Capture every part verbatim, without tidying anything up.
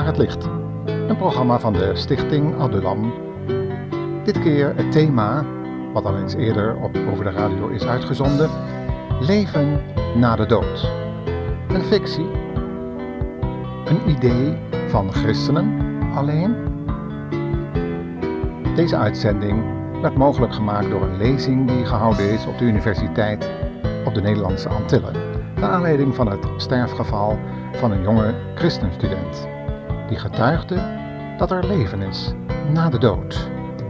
naar het licht. Een programma van de Stichting Adulam. Dit keer het thema, wat al eens eerder op over de radio is uitgezonden, leven na de dood. Een fictie, een idee van christenen alleen. Deze uitzending werd mogelijk gemaakt door een lezing die gehouden is op de universiteit op de Nederlandse Antillen, naar aanleiding van het sterfgeval van een jonge christenstudent, die getuigde dat er leven is na de dood.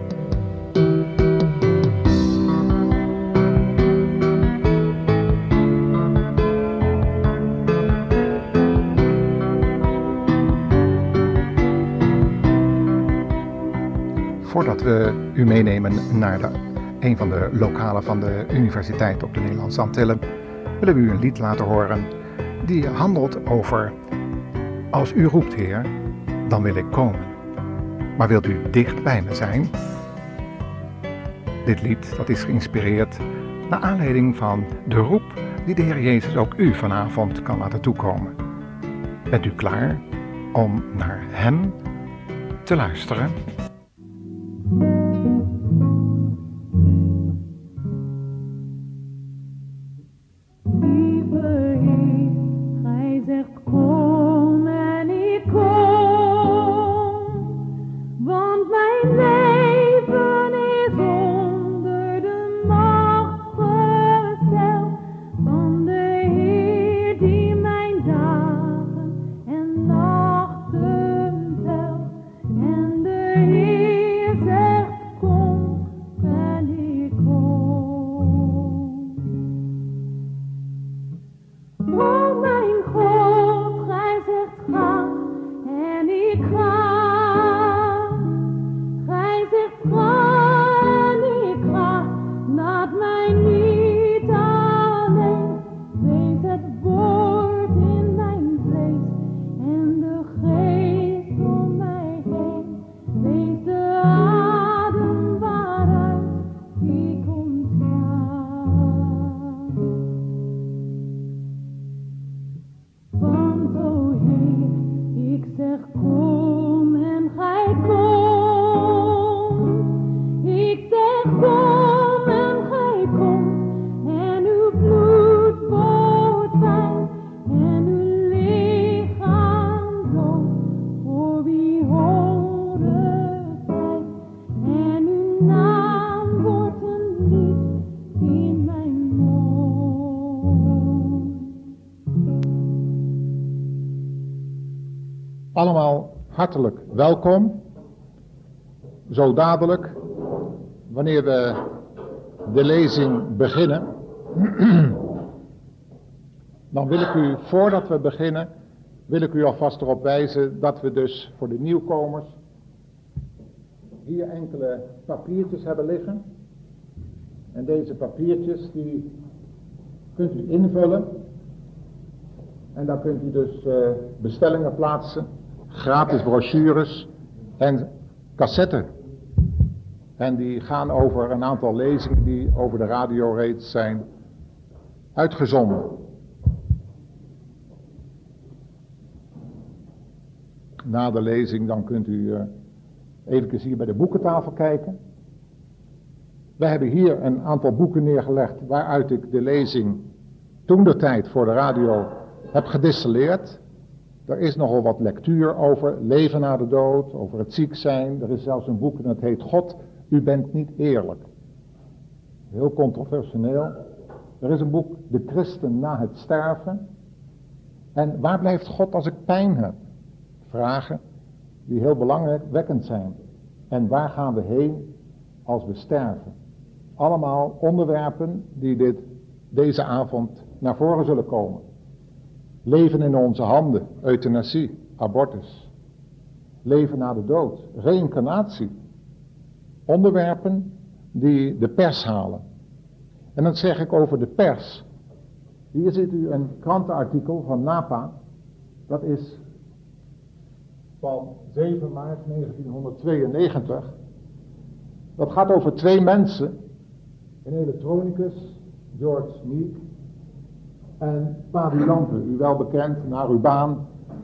Voordat we u meenemen naar de, een van de lokalen van de universiteit op de Nederlandse Antillen, willen we u een lied laten horen die handelt over: als u roept, Heer, dan wil ik komen. Maar wilt u dicht bij me zijn? Dit lied dat is geïnspireerd naar aanleiding van de roep die de Heer Jezus ook u vanavond kan laten toekomen. Bent u klaar om naar Hem te luisteren? Allemaal hartelijk welkom. Zo dadelijk, wanneer we de lezing beginnen, dan wil ik u, voordat we beginnen, wil ik u alvast erop wijzen dat we dus voor de nieuwkomers hier enkele papiertjes hebben liggen. En deze papiertjes, die kunt u invullen. En daar kunt u dus uh, bestellingen plaatsen. Gratis brochures en cassetten. En die gaan over een aantal lezingen die over de radio reeds zijn uitgezonden. Na de lezing dan kunt u uh, even hier bij de boekentafel kijken. We hebben hier een aantal boeken neergelegd waaruit ik de lezing toentertijd voor de radio heb gedistilleerd. Er is nogal wat lectuur over leven na de dood, over het ziek zijn. Er is zelfs een boek en dat heet God, u bent niet eerlijk. Heel controversieel. Er is een boek, De Christen na het sterven. En waar blijft God als ik pijn heb? Vragen die heel belangwekkend zijn. En waar gaan we heen als we sterven? Allemaal onderwerpen die dit, deze avond naar voren zullen komen. Leven in onze handen, euthanasie, abortus. Leven na de dood, reïncarnatie. Onderwerpen die de pers halen. En dan zeg ik over de pers. Hier ziet u een krantenartikel van NAPA. Dat is van zeven maart negentienhonderdtweeënnegentig. Dat gaat over twee mensen. Een elektronicus, George Meek. En Padi Lampe, u wel bekend, naar uw baan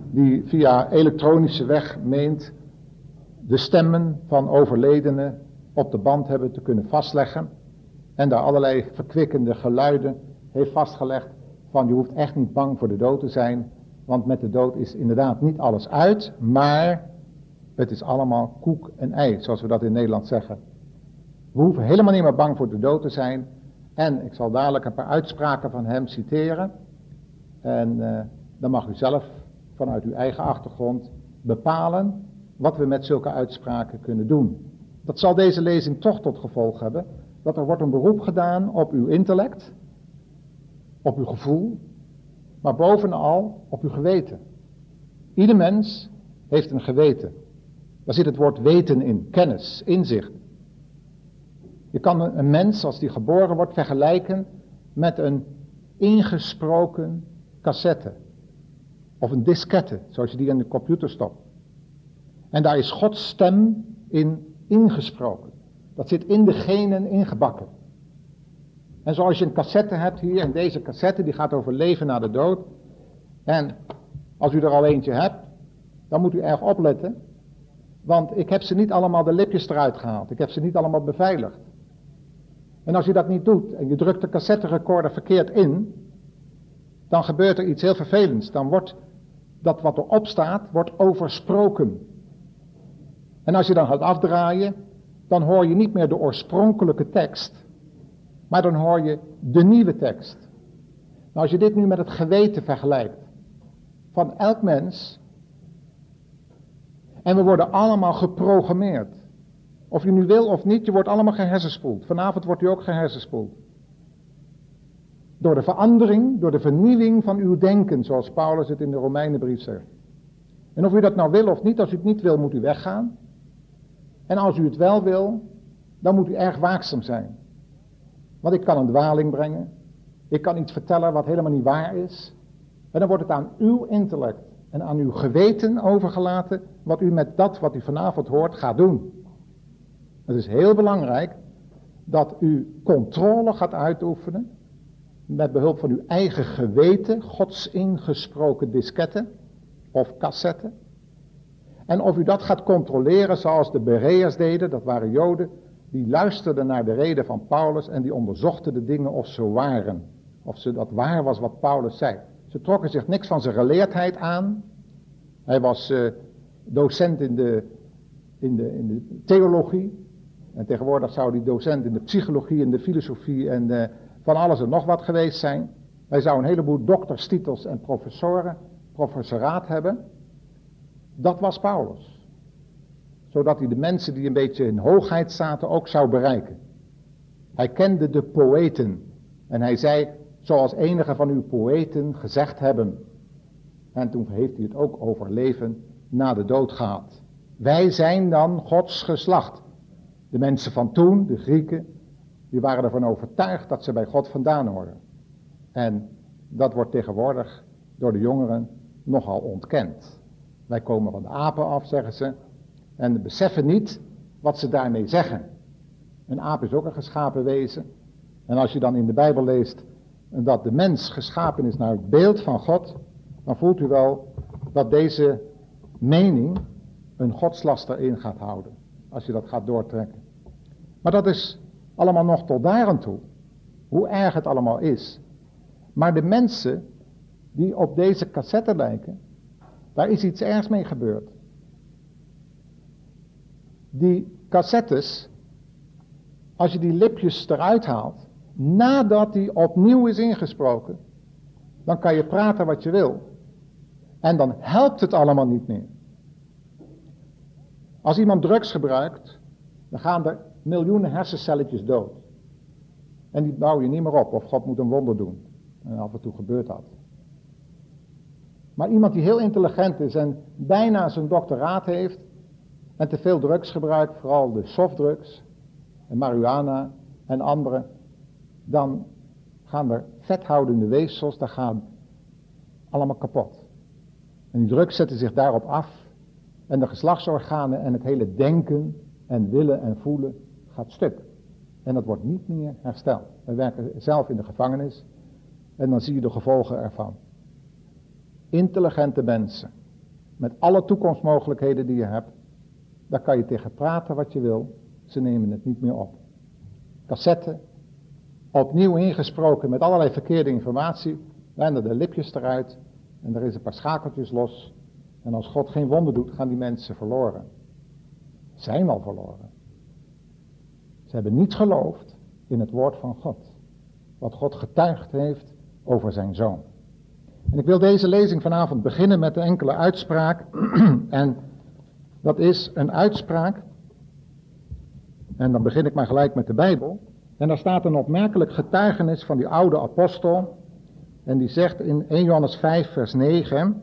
die via elektronische weg meent de stemmen van overledenen op de band hebben te kunnen vastleggen en daar allerlei verkwikkende geluiden heeft vastgelegd van je hoeft echt niet bang voor de dood te zijn, want met de dood is inderdaad niet alles uit, maar het is allemaal koek en ei, zoals we dat in Nederland zeggen. We hoeven helemaal niet meer bang voor de dood te zijn en ik zal dadelijk een paar uitspraken van hem citeren en uh, dan mag u zelf vanuit uw eigen achtergrond bepalen wat we met zulke uitspraken kunnen doen. Dat zal deze lezing toch tot gevolg hebben, dat er wordt een beroep gedaan op uw intellect, op uw gevoel, maar bovenal op uw geweten. Ieder mens heeft een geweten. Daar zit het woord weten in, kennis, inzicht. Je kan een mens, als die geboren wordt, vergelijken met een ingesproken cassette. Of een diskette, zoals je die in de computer stopt. En daar is Gods stem in ingesproken. Dat zit in de genen ingebakken. En zoals je een cassette hebt hier, en deze cassette die gaat over leven na de dood. En als u er al eentje hebt, dan moet u erg opletten. Want ik heb ze niet allemaal de lipjes eruit gehaald. Ik heb ze niet allemaal beveiligd. En als je dat niet doet en je drukt de cassetterecorder verkeerd in, dan gebeurt er iets heel vervelends. Dan wordt dat wat erop staat, wordt oversproken. En als je dan gaat afdraaien, dan hoor je niet meer de oorspronkelijke tekst, maar dan hoor je de nieuwe tekst. Nou, als je dit nu met het geweten vergelijkt, van elk mens, en we worden allemaal geprogrammeerd. Of je nu wil of niet, je wordt allemaal gehersenspoeld. Vanavond wordt u ook gehersenspoeld. Door de verandering, door de vernieuwing van uw denken, zoals Paulus het in de Romeinenbrief zegt. En of u dat nou wil of niet, als u het niet wil, moet u weggaan. En als u het wel wil, dan moet u erg waakzaam zijn. Want ik kan een dwaling brengen. Ik kan iets vertellen wat helemaal niet waar is. En dan wordt het aan uw intellect en aan uw geweten overgelaten wat u met dat wat u vanavond hoort gaat doen. Het is heel belangrijk dat u controle gaat uitoefenen met behulp van uw eigen geweten, Gods ingesproken disketten of cassetten. En of u dat gaat controleren zoals de Bereërs deden, dat waren Joden, die luisterden naar de reden van Paulus en die onderzochten de dingen of ze waren. Of ze dat waar was wat Paulus zei. Ze trokken zich niks van zijn geleerdheid aan. Hij was uh, docent in de, in, de, in de theologie. En tegenwoordig zou hij docent in de psychologie en de filosofie en uh, van alles en nog wat geweest zijn. Hij zou een heleboel dokterstitels en professoren, professoraat hebben. Dat was Paulus. Zodat hij de mensen die een beetje in hoogheid zaten ook zou bereiken. Hij kende de poëten. En hij zei, zoals enige van uw poëten gezegd hebben. En toen heeft hij het ook over leven na de dood gehad. Wij zijn dan Gods geslacht. De mensen van toen, de Grieken, die waren ervan overtuigd dat ze bij God vandaan horen. En dat wordt tegenwoordig door de jongeren nogal ontkend. Wij komen van de apen af, zeggen ze, en beseffen niet wat ze daarmee zeggen. Een aap is ook een geschapen wezen. En als je dan in de Bijbel leest dat de mens geschapen is naar het beeld van God, dan voelt u wel dat deze mening een godslaster in gaat houden. Als je dat gaat doortrekken. Maar dat is allemaal nog tot daar aan toe. Hoe erg het allemaal is. Maar de mensen die op deze cassette lijken, daar is iets ergs mee gebeurd. Die cassettes, als je die lipjes eruit haalt, nadat die opnieuw is ingesproken, dan kan je praten wat je wil. En dan helpt het allemaal niet meer. Als iemand drugs gebruikt, dan gaan er miljoenen hersencelletjes dood. En die bouw je niet meer op, of God moet een wonder doen. En af en toe gebeurt dat. Maar iemand die heel intelligent is en bijna zijn doctoraat heeft, en te veel drugs gebruikt, vooral de softdrugs, en marihuana en andere, dan gaan er vethoudende weefsels, daar gaan allemaal kapot. En die drugs zetten zich daarop af, en de geslachtsorganen en het hele denken en willen en voelen gaat stuk. En dat wordt niet meer hersteld. Wij werken zelf in de gevangenis en dan zie je de gevolgen ervan. Intelligente mensen, met alle toekomstmogelijkheden die je hebt. Daar kan je tegen praten wat je wil, ze nemen het niet meer op. Cassette, opnieuw ingesproken met allerlei verkeerde informatie, lijnen de lipjes eruit en er is een paar schakeltjes los. En als God geen wonder doet, gaan die mensen verloren. Zijn al verloren. Ze hebben niet geloofd in het woord van God. Wat God getuigd heeft over zijn zoon. En ik wil deze lezing vanavond beginnen met een enkele uitspraak. En dat is een uitspraak. En dan begin ik maar gelijk met de Bijbel. En daar staat een opmerkelijk getuigenis van die oude apostel. En die zegt in eerste Johannes vijf vers negen.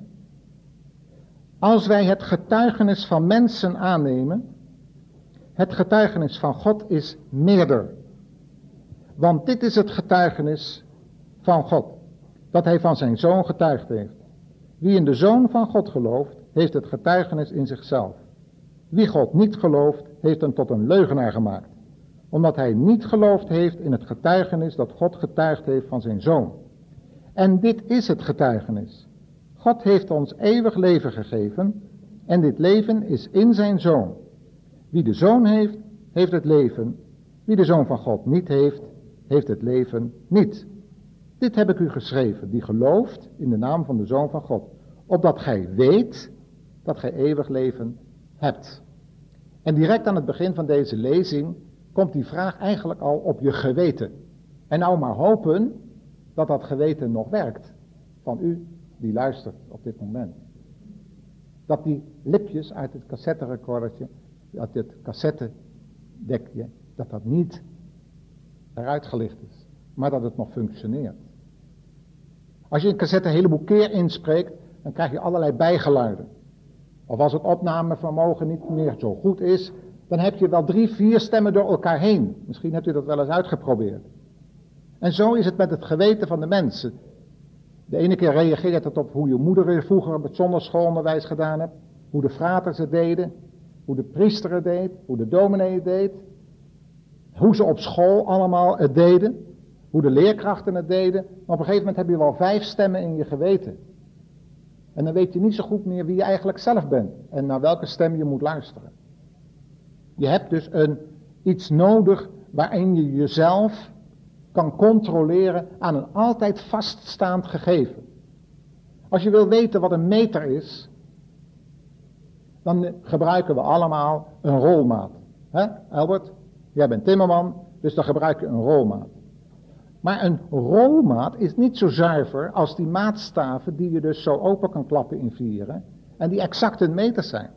Als wij het getuigenis van mensen aannemen, het getuigenis van God is meerder. Want dit is het getuigenis van God, dat hij van zijn zoon getuigd heeft. Wie in de zoon van God gelooft, heeft het getuigenis in zichzelf. Wie God niet gelooft, heeft hem tot een leugenaar gemaakt. Omdat hij niet geloofd heeft in het getuigenis dat God getuigd heeft van zijn zoon. En dit is het getuigenis. God heeft ons eeuwig leven gegeven en dit leven is in zijn zoon. Wie de zoon heeft, heeft het leven. Wie de zoon van God niet heeft, heeft het leven niet. Dit heb ik u geschreven, die gelooft in de naam van de zoon van God. Opdat gij weet dat gij eeuwig leven hebt. En direct aan het begin van deze lezing komt die vraag eigenlijk al op je geweten. En nou maar hopen dat dat geweten nog werkt. Van u die luistert op dit moment. Dat die lipjes uit het cassetterecordertje, uit het cassettedekje, dat dat niet eruit gelicht is. Maar dat het nog functioneert. Als je een cassette een heleboel keer inspreekt, dan krijg je allerlei bijgeluiden. Of als het opnamevermogen niet meer zo goed is, dan heb je wel drie, vier stemmen door elkaar heen. Misschien hebt u dat wel eens uitgeprobeerd. En zo is het met het geweten van de mensen. De ene keer reageert het op hoe je moeder vroeger op het zondagschoolonderwijs gedaan hebt. Hoe de fraters het deden. Hoe de priester het deed. Hoe de dominee het deed. Hoe ze op school allemaal het deden. Hoe de leerkrachten het deden. Maar op een gegeven moment heb je wel vijf stemmen in je geweten. En dan weet je niet zo goed meer wie je eigenlijk zelf bent. En naar welke stem je moet luisteren. Je hebt dus een, iets nodig waarin je jezelf kan controleren aan een altijd vaststaand gegeven. Als je wil weten wat een meter is, dan gebruiken we allemaal een rolmaat. Hè, Albert? Jij bent timmerman, dus dan gebruik je een rolmaat. Maar een rolmaat is niet zo zuiver als die maatstaven die je dus zo open kan klappen in vieren en die exact een meter zijn.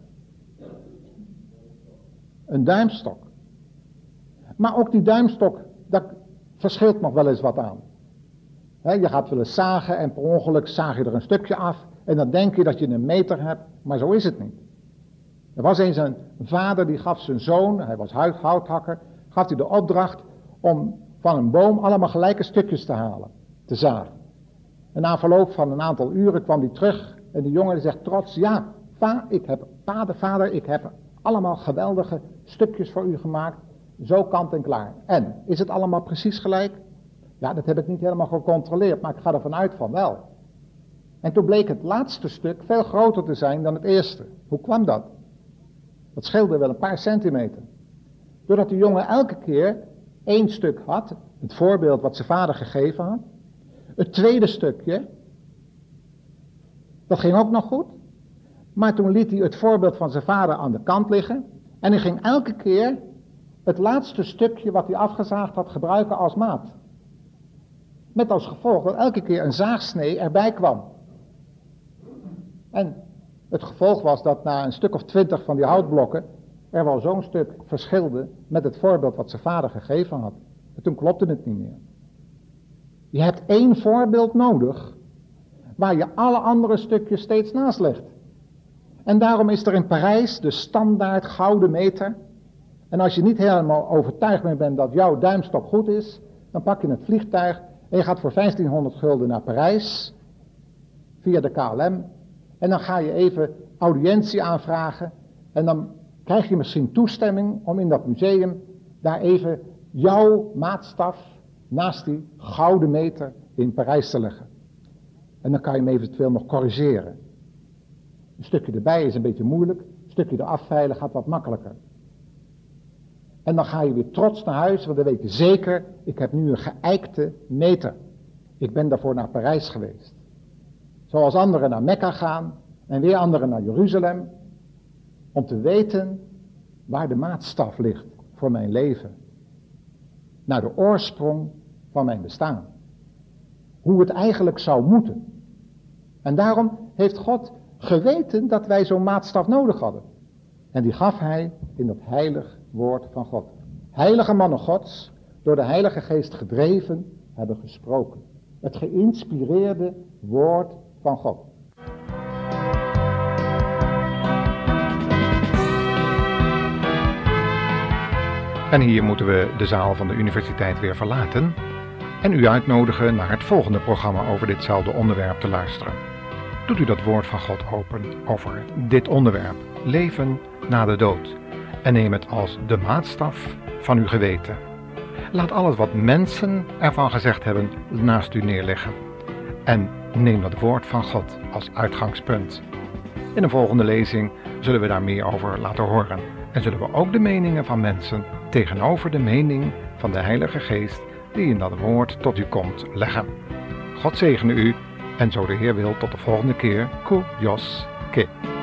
Een duimstok. Maar ook die duimstok, daar verschilt nog wel eens wat aan. He, je gaat wel eens zagen en per ongeluk zaag je er een stukje af en dan denk je dat je een meter hebt, maar zo is het niet. Er was eens een vader die gaf zijn zoon, hij was houthakker, gaf hij de opdracht om van een boom allemaal gelijke stukjes te halen, te zagen. En na verloop van een aantal uren kwam hij terug en de jongen zegt trots, ja, va, ik heb, vader, vader, ik heb allemaal geweldige stukjes voor u gemaakt, zo kant en klaar. En, is het allemaal precies gelijk? Ja, dat heb ik niet helemaal gecontroleerd, maar ik ga ervan uit van wel. En toen bleek het laatste stuk veel groter te zijn dan het eerste. Hoe kwam dat? Dat scheelde wel een paar centimeter. Doordat de jongen elke keer één stuk had, het voorbeeld wat zijn vader gegeven had. Het tweede stukje, dat ging ook nog goed. Maar toen liet hij het voorbeeld van zijn vader aan de kant liggen. En hij ging elke keer het laatste stukje wat hij afgezaagd had gebruiken als maat. Met als gevolg dat elke keer een zaagsnee erbij kwam. En het gevolg was dat na een stuk of twintig van die houtblokken er wel zo'n stuk verschilde met het voorbeeld wat zijn vader gegeven had. En toen klopte het niet meer. Je hebt één voorbeeld nodig waar je alle andere stukjes steeds naast legt. En daarom is er in Parijs de standaard gouden meter. En als je niet helemaal overtuigd meer bent dat jouw duimstok goed is, dan pak je het vliegtuig en je gaat voor vijftienhonderd gulden naar Parijs, via de K L M. En dan ga je even audiëntie aanvragen en dan krijg je misschien toestemming om in dat museum daar even jouw maatstaf naast die gouden meter in Parijs te leggen. En dan kan je hem eventueel nog corrigeren. Een stukje erbij is een beetje moeilijk, een stukje eraf veilen gaat wat makkelijker. En dan ga je weer trots naar huis, want dan weet je zeker, ik heb nu een geëikte meter. Ik ben daarvoor naar Parijs geweest. Zoals anderen naar Mekka gaan en weer anderen naar Jeruzalem. Om te weten waar de maatstaf ligt voor mijn leven. Naar de oorsprong van mijn bestaan. Hoe het eigenlijk zou moeten. En daarom heeft God geweten dat wij zo'n maatstaf nodig hadden. En die gaf hij in dat heilig woord van God. Heilige mannen Gods, door de Heilige Geest gedreven, hebben gesproken. Het geïnspireerde woord van God. En hier moeten we de zaal van de universiteit weer verlaten en u uitnodigen naar het volgende programma over ditzelfde onderwerp te luisteren. Doet u dat woord van God open over dit onderwerp, leven na de dood, en neem het als de maatstaf van uw geweten. Laat alles wat mensen ervan gezegd hebben naast u neerleggen en neem dat woord van God als uitgangspunt. In een volgende lezing zullen we daar meer over laten horen en zullen we ook de meningen van mensen tegenover de mening van de Heilige Geest die in dat woord tot u komt leggen. God zegene u en zo de Heer wil tot de volgende keer. Ku Jos Ke.